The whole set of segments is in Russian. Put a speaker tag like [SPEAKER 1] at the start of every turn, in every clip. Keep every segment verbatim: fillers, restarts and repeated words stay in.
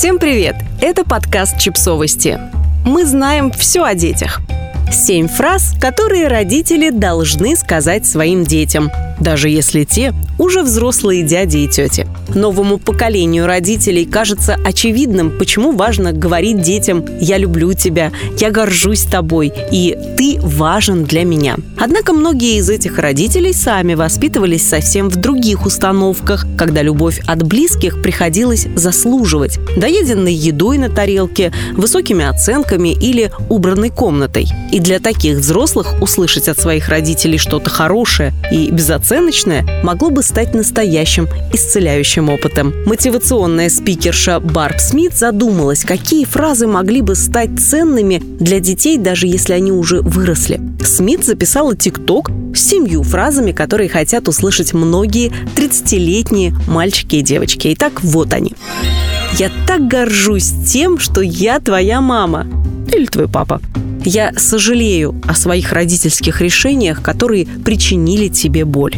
[SPEAKER 1] Всем привет! Это подкаст «Чипсовости». Мы знаем все о детях. Семь фраз, которые родители должны сказать своим детям, даже если те уже взрослые дяди и тети. Новому поколению родителей кажется очевидным, почему важно говорить детям «я люблю тебя», «я горжусь тобой» и «ты важен для меня». Однако многие из этих родителей сами воспитывались совсем в других установках, когда любовь от близких приходилось заслуживать доеденной едой на тарелке, высокими оценками или убранной комнатой. И для таких взрослых услышать от своих родителей что-то хорошее и безоценочное могло бы стать настоящим исцеляющим опытом. Мотивационная спикерша Барб Смит задумалась, какие фразы могли бы стать ценными для детей, даже если они уже выросли. Смит записала тик-ток с семью фразами, которые хотят услышать многие тридцатилетние мальчики и девочки. Итак, вот они. «Я так горжусь тем, что я твоя мама» или твой папа. «Я сожалею о своих родительских решениях, которые причинили тебе боль.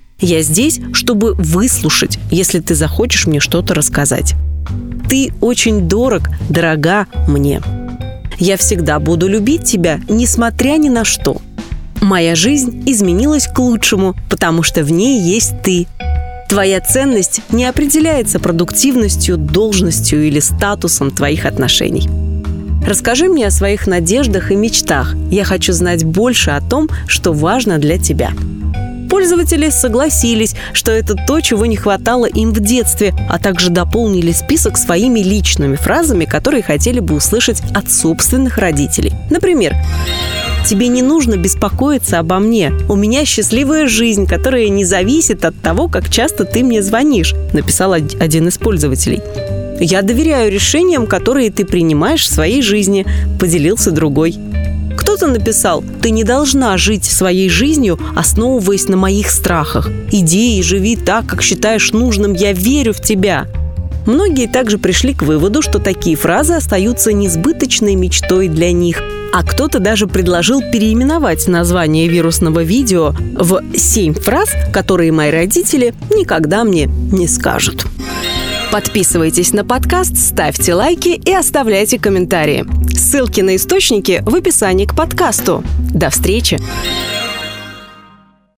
[SPEAKER 1] Я здесь, чтобы выслушать, если ты захочешь мне что-то рассказать. Ты очень дорог, дорога мне. Я всегда буду любить тебя, несмотря ни на что. Моя жизнь изменилась к лучшему, потому что в ней есть ты. Твоя ценность не определяется продуктивностью, должностью или статусом твоих отношений. Расскажи мне о своих надеждах и мечтах. Я хочу знать больше о том, что важно для тебя». Пользователи согласились, что это то, чего не хватало им в детстве, а также дополнили список своими личными фразами, которые хотели бы услышать от собственных родителей. Например, «Тебе не нужно беспокоиться обо мне. У меня счастливая жизнь, которая не зависит от того, как часто ты мне звонишь», написал один из пользователей. «Я доверяю решениям, которые ты принимаешь в своей жизни», поделился другой. Кто-то написал: «Ты не должна жить своей жизнью, основываясь на моих страхах. Иди и живи так, как считаешь нужным. Я верю в тебя». Многие также пришли к выводу, что такие фразы остаются несбыточной мечтой для них. А кто-то даже предложил переименовать название вирусного видео в «семь фраз, которые мои родители никогда мне не скажут». Подписывайтесь на подкаст, ставьте лайки и оставляйте комментарии. Ссылки на источники в описании к подкасту. До встречи!